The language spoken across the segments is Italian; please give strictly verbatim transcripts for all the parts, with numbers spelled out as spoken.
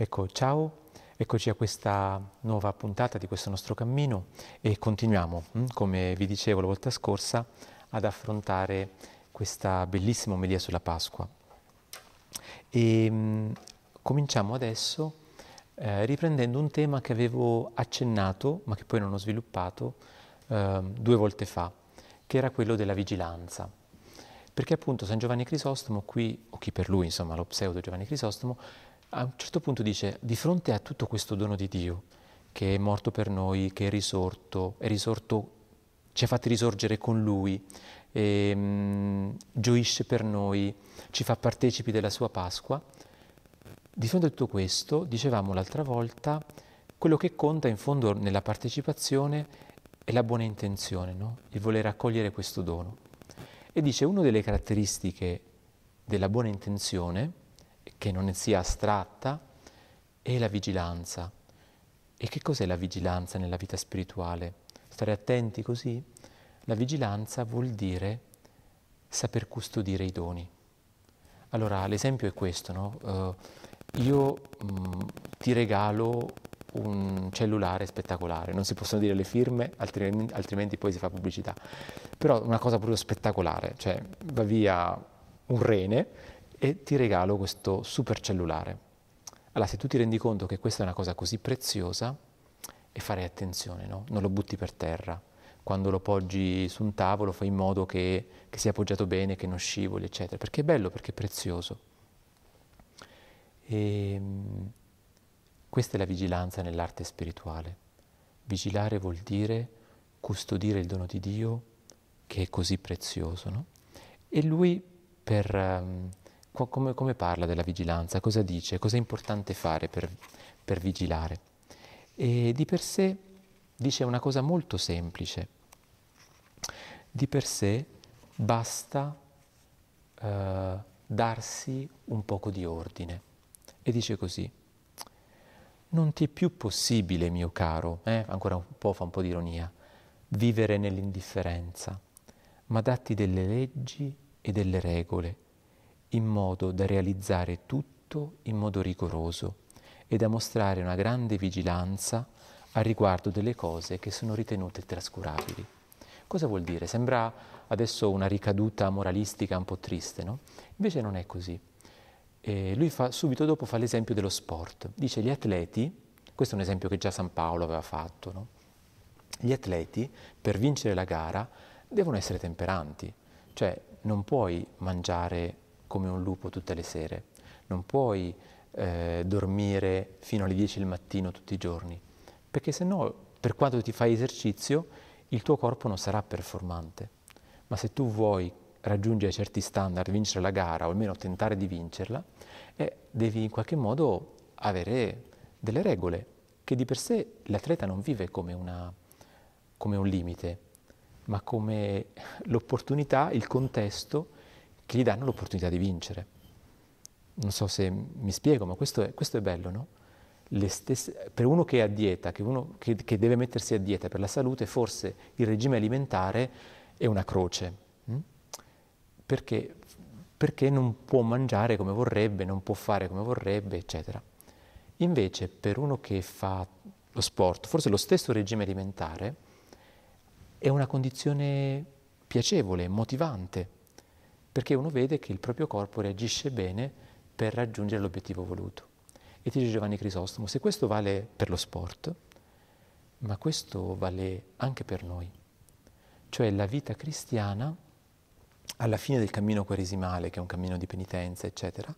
Ecco, ciao, eccoci a questa nuova puntata di questo nostro cammino e continuiamo, hm, come vi dicevo la volta scorsa, ad affrontare questa bellissima omelia sulla Pasqua. E mh, cominciamo adesso eh, riprendendo un tema che avevo accennato, ma che poi non ho sviluppato, eh, due volte fa, che era quello della vigilanza. Perché appunto San Giovanni Crisostomo qui, o chi per lui, insomma, lo pseudo Giovanni Crisostomo, a un certo punto dice, di fronte a tutto questo dono di Dio, che è morto per noi, che è risorto, è risorto, ci ha fatti risorgere con Lui, e, mh, gioisce per noi, ci fa partecipi della sua Pasqua, di fronte a tutto questo, dicevamo l'altra volta, quello che conta in fondo nella partecipazione è la buona intenzione, no? Il voler accogliere questo dono. E dice, una delle caratteristiche della buona intenzione, che non sia astratta, è la vigilanza. E che cos'è la vigilanza nella vita spirituale? Stare attenti così? La vigilanza vuol dire saper custodire i doni. Allora, l'esempio è questo, no? Uh, io mh, ti regalo un cellulare spettacolare, non si possono dire le firme, altrimenti, altrimenti poi si fa pubblicità, però una cosa proprio spettacolare, cioè va via un rene e ti regalo questo super cellulare. Allora, se tu ti rendi conto che questa è una cosa così preziosa, e fare attenzione, no? Non lo butti per terra. Quando lo poggi su un tavolo fai in modo che, che sia appoggiato bene, che non scivoli, eccetera. Perché è bello, perché è prezioso. E questa è la vigilanza nell'arte spirituale. Vigilare vuol dire custodire il dono di Dio che è così prezioso, no? E lui, per, um, come, come parla della vigilanza? Cosa dice? Cosa è importante fare per, per vigilare? E di per sé dice una cosa molto semplice. Di per sé basta uh, darsi un poco di ordine. E dice così: non ti è più possibile, mio caro, eh? ancora un po', fa un po' di ironia, vivere nell'indifferenza, ma datti delle leggi e delle regole, in modo da realizzare tutto in modo rigoroso e da mostrare una grande vigilanza a riguardo delle cose che sono ritenute trascurabili. Cosa vuol dire? Sembra adesso una ricaduta moralistica un po' triste, no? Invece non è così. E lui fa, subito dopo fa l'esempio dello sport. Dice gli atleti, questo è un esempio che già San Paolo aveva fatto, no? Gli atleti per vincere la gara devono essere temperanti, cioè non puoi mangiare come un lupo tutte le sere, non puoi eh, dormire fino alle dieci del mattino tutti i giorni, perché se no per quanto ti fai esercizio il tuo corpo non sarà performante. Ma se tu vuoi raggiungere certi standard, vincere la gara o almeno tentare di vincerla, eh, devi in qualche modo avere delle regole che di per sé l'atleta non vive come, una, come un limite, ma come l'opportunità, il contesto che gli danno l'opportunità di vincere. Non so se mi spiego, ma questo è, questo è bello, no? Le stesse, per uno che è a dieta, che, uno che, che deve mettersi a dieta per la salute, forse il regime alimentare è una croce. Hm? Perché? Perché non può mangiare come vorrebbe, non può fare come vorrebbe, eccetera. Invece per uno che fa lo sport, forse lo stesso regime alimentare, è una condizione piacevole, motivante, perché uno vede che il proprio corpo reagisce bene per raggiungere l'obiettivo voluto. E ti dice Giovanni Crisostomo, se questo vale per lo sport, ma questo vale anche per noi. Cioè la vita cristiana, alla fine del cammino quaresimale, che è un cammino di penitenza, eccetera,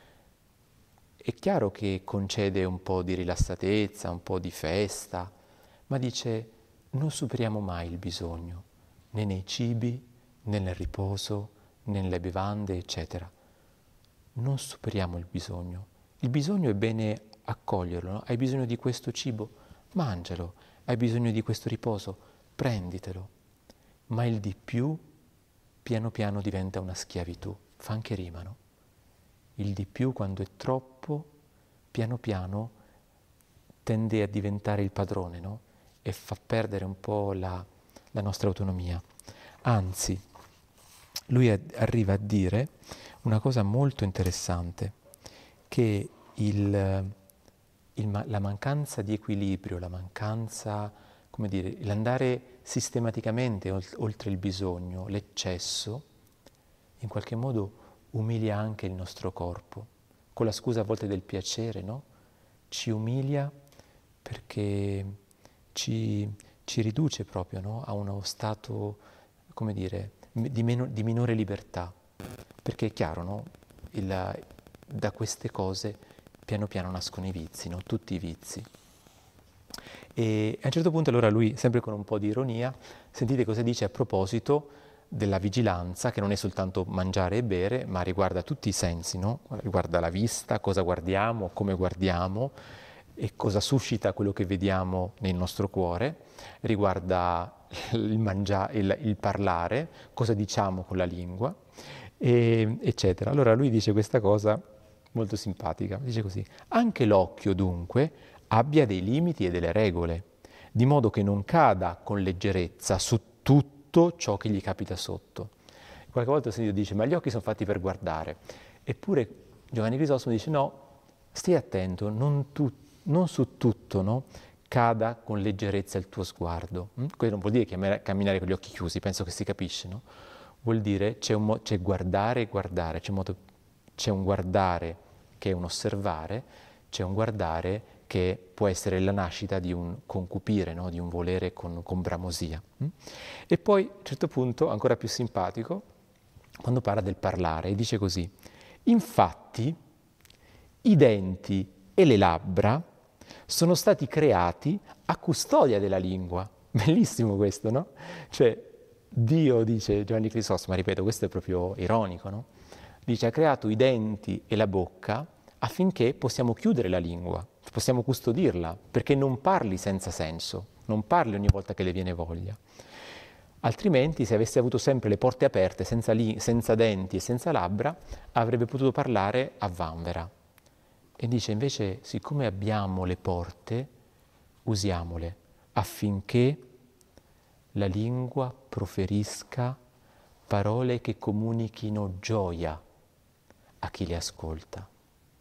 è chiaro che concede un po' di rilassatezza, un po' di festa, ma dice non superiamo mai il bisogno, né nei cibi, né nel riposo, né nelle bevande, eccetera. Non superiamo il bisogno. Il bisogno è bene accoglierlo, no? Hai bisogno di questo cibo? Mangialo. Hai bisogno di questo riposo? Prenditelo. Ma il di più piano piano diventa una schiavitù. Fa anche rima, no? Il di più, quando è troppo, piano piano tende a diventare il padrone, no? E fa perdere un po' la, la nostra autonomia. Anzi, lui arriva a dire una cosa molto interessante, che il, il ma- la mancanza di equilibrio, la mancanza, come dire, l'andare sistematicamente ol- oltre il bisogno, l'eccesso, in qualche modo umilia anche il nostro corpo, con la scusa a volte del piacere, no? Ci umilia perché ci, ci riduce proprio, no? A uno stato, come dire, di, meno, di minore libertà. Perché è chiaro, no? Il, da queste cose piano piano nascono i vizi, no? Tutti i vizi. E a un certo punto allora lui, sempre con un po' di ironia, sentite cosa dice a proposito della vigilanza, che non è soltanto mangiare e bere, ma riguarda tutti i sensi, no? Riguarda la vista, cosa guardiamo, come guardiamo e cosa suscita quello che vediamo nel nostro cuore, riguarda il mangiare, il, il parlare, cosa diciamo con la lingua, e, eccetera. Allora lui dice questa cosa molto simpatica, dice così: anche l'occhio dunque abbia dei limiti e delle regole, di modo che non cada con leggerezza su tutto ciò che gli capita sotto. Qualche volta ho sentito dice, ma gli occhi sono fatti per guardare. Eppure Giovanni Crisostomo dice, no, stii attento, non, tu, non su tutto, no, cada con leggerezza il tuo sguardo. Mm? Questo non vuol dire camminare con gli occhi chiusi, penso che si capisce, no? Vuol dire c'è, un mo- c'è guardare e guardare, c'è un, modo, c'è un guardare che è un osservare, c'è un guardare che può essere la nascita di un concupire, no? Di un volere con, con bramosia. Mm? E poi, a un certo punto, ancora più simpatico, quando parla del parlare, dice così: infatti, i denti e le labbra sono stati creati a custodia della lingua. Bellissimo questo, no? Cioè, Dio, dice Giovanni Crisostomo, ma ripeto, questo è proprio ironico, no? Dice, ha creato i denti e la bocca affinché possiamo chiudere la lingua, possiamo custodirla, perché non parli senza senso, non parli ogni volta che le viene voglia. Altrimenti, se avesse avuto sempre le porte aperte, senza, li, senza denti e senza labbra, avrebbe potuto parlare a vanvera. E dice, invece, siccome abbiamo le porte, usiamole affinché la lingua proferisca parole che comunichino gioia a chi le ascolta.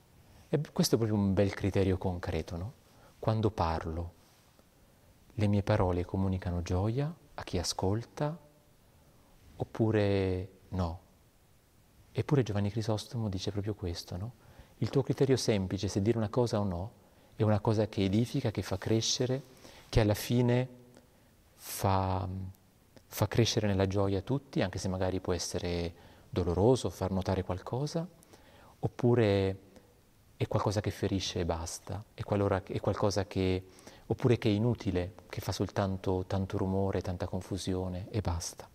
E questo è proprio un bel criterio concreto, no? Quando parlo, le mie parole comunicano gioia a chi ascolta oppure no? Eppure Giovanni Crisostomo dice proprio questo, no? Il tuo criterio semplice, se dire una cosa o no, è una cosa che edifica, che fa crescere, che alla fine fa, fa crescere nella gioia tutti, anche se magari può essere doloroso, far notare qualcosa, oppure è qualcosa che ferisce e basta, è, qualora, è qualcosa che, oppure che è inutile, che fa soltanto tanto rumore, tanta confusione e basta.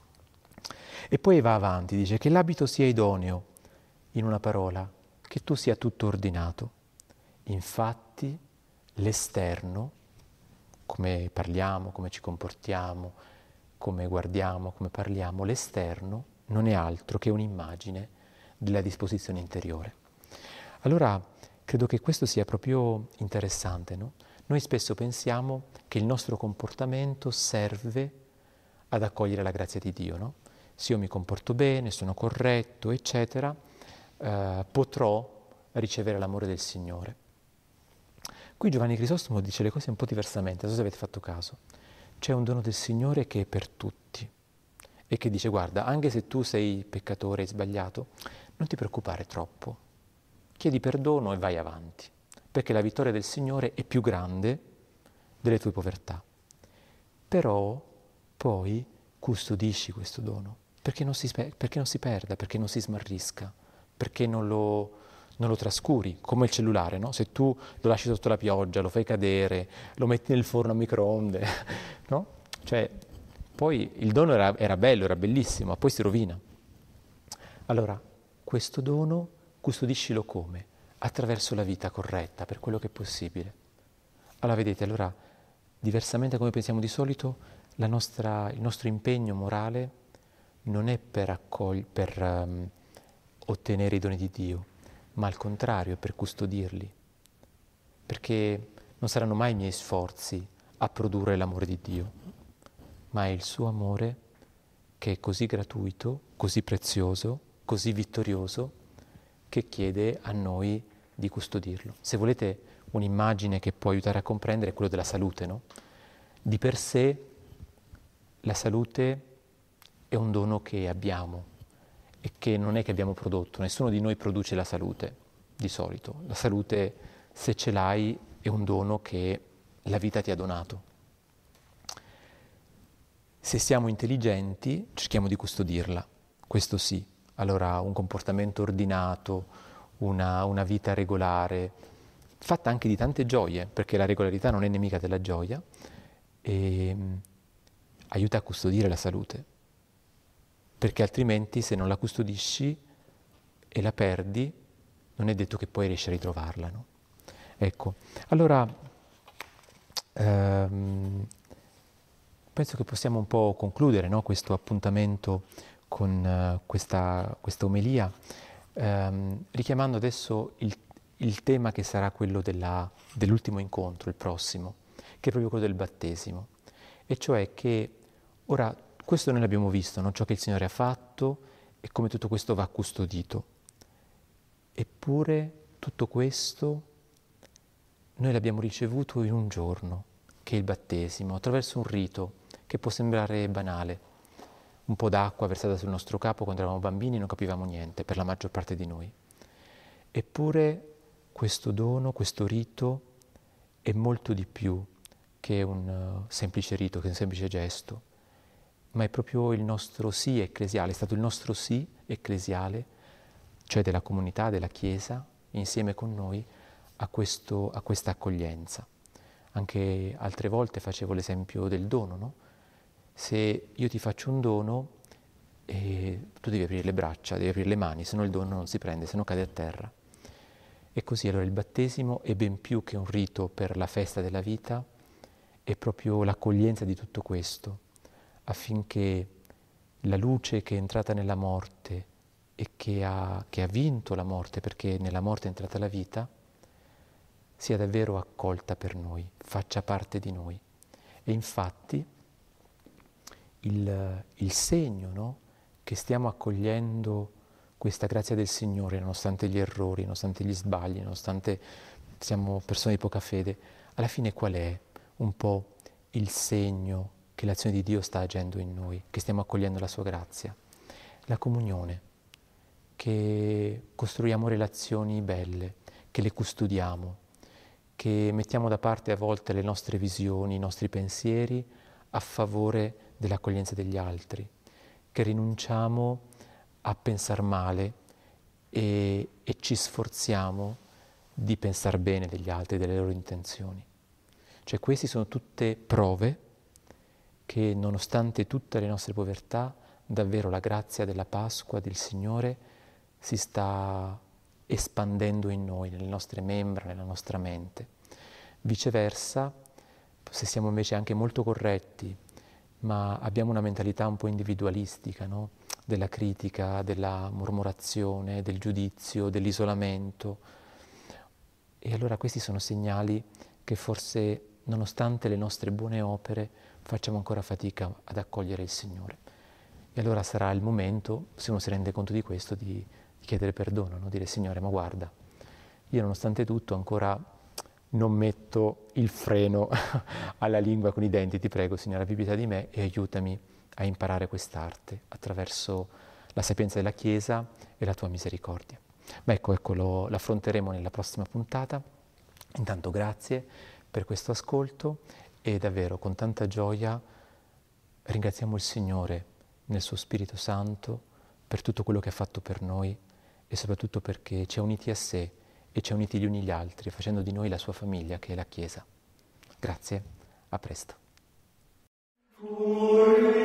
E poi va avanti, dice che l'abito sia idoneo, in una parola, che tu sia tutto ordinato. Infatti l'esterno, come parliamo, come ci comportiamo, come guardiamo, come parliamo, l'esterno non è altro che un'immagine della disposizione interiore. Allora, credo che questo sia proprio interessante, no? Noi spesso pensiamo che il nostro comportamento serve ad accogliere la grazia di Dio, no? Se io mi comporto bene, sono corretto, eccetera, eh, potrò ricevere l'amore del Signore. Qui Giovanni Crisostomo dice le cose un po' diversamente, non so se avete fatto caso. C'è un dono del Signore che è per tutti e che dice, guarda, anche se tu sei peccatore e sbagliato, non ti preoccupare troppo, chiedi perdono e vai avanti, perché la vittoria del Signore è più grande delle tue povertà. Però poi custodisci questo dono, perché non si, perché non si perda, perché non si smarrisca, perché non lo, non lo trascuri, come il cellulare, no? Se tu lo lasci sotto la pioggia, lo fai cadere, lo metti nel forno a microonde, no? Cioè, poi il dono era, era bello, era bellissimo, ma poi si rovina. Allora, questo dono custodiscilo come? Attraverso la vita corretta, per quello che è possibile. Allora, vedete, allora, diversamente da come pensiamo di solito, la nostra, il nostro impegno morale non è per, accogli- per um, ottenere i doni di Dio, ma al contrario è per custodirli, perché non saranno mai i miei sforzi a produrre l'amore di Dio, ma è il suo amore che è così gratuito, così prezioso, così vittorioso, che chiede a noi di custodirlo. Se volete un'immagine che può aiutare a comprendere è quello della salute, no? Di per sé la salute è un dono che abbiamo e che non è che abbiamo prodotto, nessuno di noi produce la salute di solito. La salute, se ce l'hai, è un dono che la vita ti ha donato. Se siamo intelligenti, cerchiamo di custodirla, questo sì. Allora un comportamento ordinato, una, una vita regolare, fatta anche di tante gioie, perché la regolarità non è nemica della gioia, e aiuta a custodire la salute. Perché altrimenti se non la custodisci e la perdi, non è detto che poi riesci a ritrovarla, no? Ecco, allora ehm, penso che possiamo un po' concludere, no, questo appuntamento con uh, questa, questa omelia, ehm, richiamando adesso il, il tema che sarà quello della, dell'ultimo incontro, il prossimo, che è proprio quello del battesimo. E cioè che ora questo noi l'abbiamo visto, no? Ciò che il Signore ha fatto e come tutto questo va custodito. Eppure tutto questo noi l'abbiamo ricevuto in un giorno, che è il battesimo, attraverso un rito che può sembrare banale. Un po' d'acqua versata sul nostro capo quando eravamo bambini non capivamo niente, per la maggior parte di noi. Eppure questo dono, questo rito è molto di più che un uh, semplice rito, che un semplice gesto, ma è proprio il nostro sì ecclesiale, è stato il nostro sì ecclesiale, cioè della comunità, della Chiesa, insieme con noi, a, questo, a questa accoglienza. Anche altre volte facevo l'esempio del dono, no? Se io ti faccio un dono, eh, tu devi aprire le braccia, devi aprire le mani, se no il dono non si prende, se no cade a terra. E così allora il battesimo è ben più che un rito per la festa della vita, è proprio l'accoglienza di tutto questo, affinché la luce che è entrata nella morte e che ha, che ha vinto la morte, perché nella morte è entrata la vita, sia davvero accolta per noi, faccia parte di noi. E infatti il, il segno, no, che stiamo accogliendo questa grazia del Signore, nonostante gli errori, nonostante gli sbagli, nonostante siamo persone di poca fede, alla fine qual è un po' il segno che l'azione di Dio sta agendo in noi, che stiamo accogliendo la sua grazia? La comunione, che costruiamo relazioni belle, che le custodiamo, che mettiamo da parte a volte le nostre visioni, i nostri pensieri a favore dell'accoglienza degli altri, che rinunciamo a pensar male e, e ci sforziamo di pensar bene degli altri, delle loro intenzioni. Cioè queste sono tutte prove che nonostante tutte le nostre povertà, davvero la grazia della Pasqua del Signore si sta espandendo in noi, nelle nostre membra, nella nostra mente. Viceversa, se siamo invece anche molto corretti, ma abbiamo una mentalità un po' individualistica, no? Della critica, della mormorazione, del giudizio, dell'isolamento. E allora questi sono segnali che forse, nonostante le nostre buone opere, facciamo ancora fatica ad accogliere il Signore. E allora sarà il momento, se uno si rende conto di questo, di, di chiedere perdono, no? Dire: Signore, ma guarda, io nonostante tutto ancora non metto il freno alla lingua con i denti, ti prego, Signore, abbi pietà di me e aiutami a imparare quest'arte attraverso la sapienza della Chiesa e la tua misericordia. Ma ecco, ecco lo, l'affronteremo nella prossima puntata. Intanto grazie per questo ascolto e davvero con tanta gioia ringraziamo il Signore nel suo Spirito Santo per tutto quello che ha fatto per noi e soprattutto perché ci ha uniti a sé e ci ha uniti gli uni gli altri, facendo di noi la sua famiglia, che è la Chiesa. Grazie, a presto.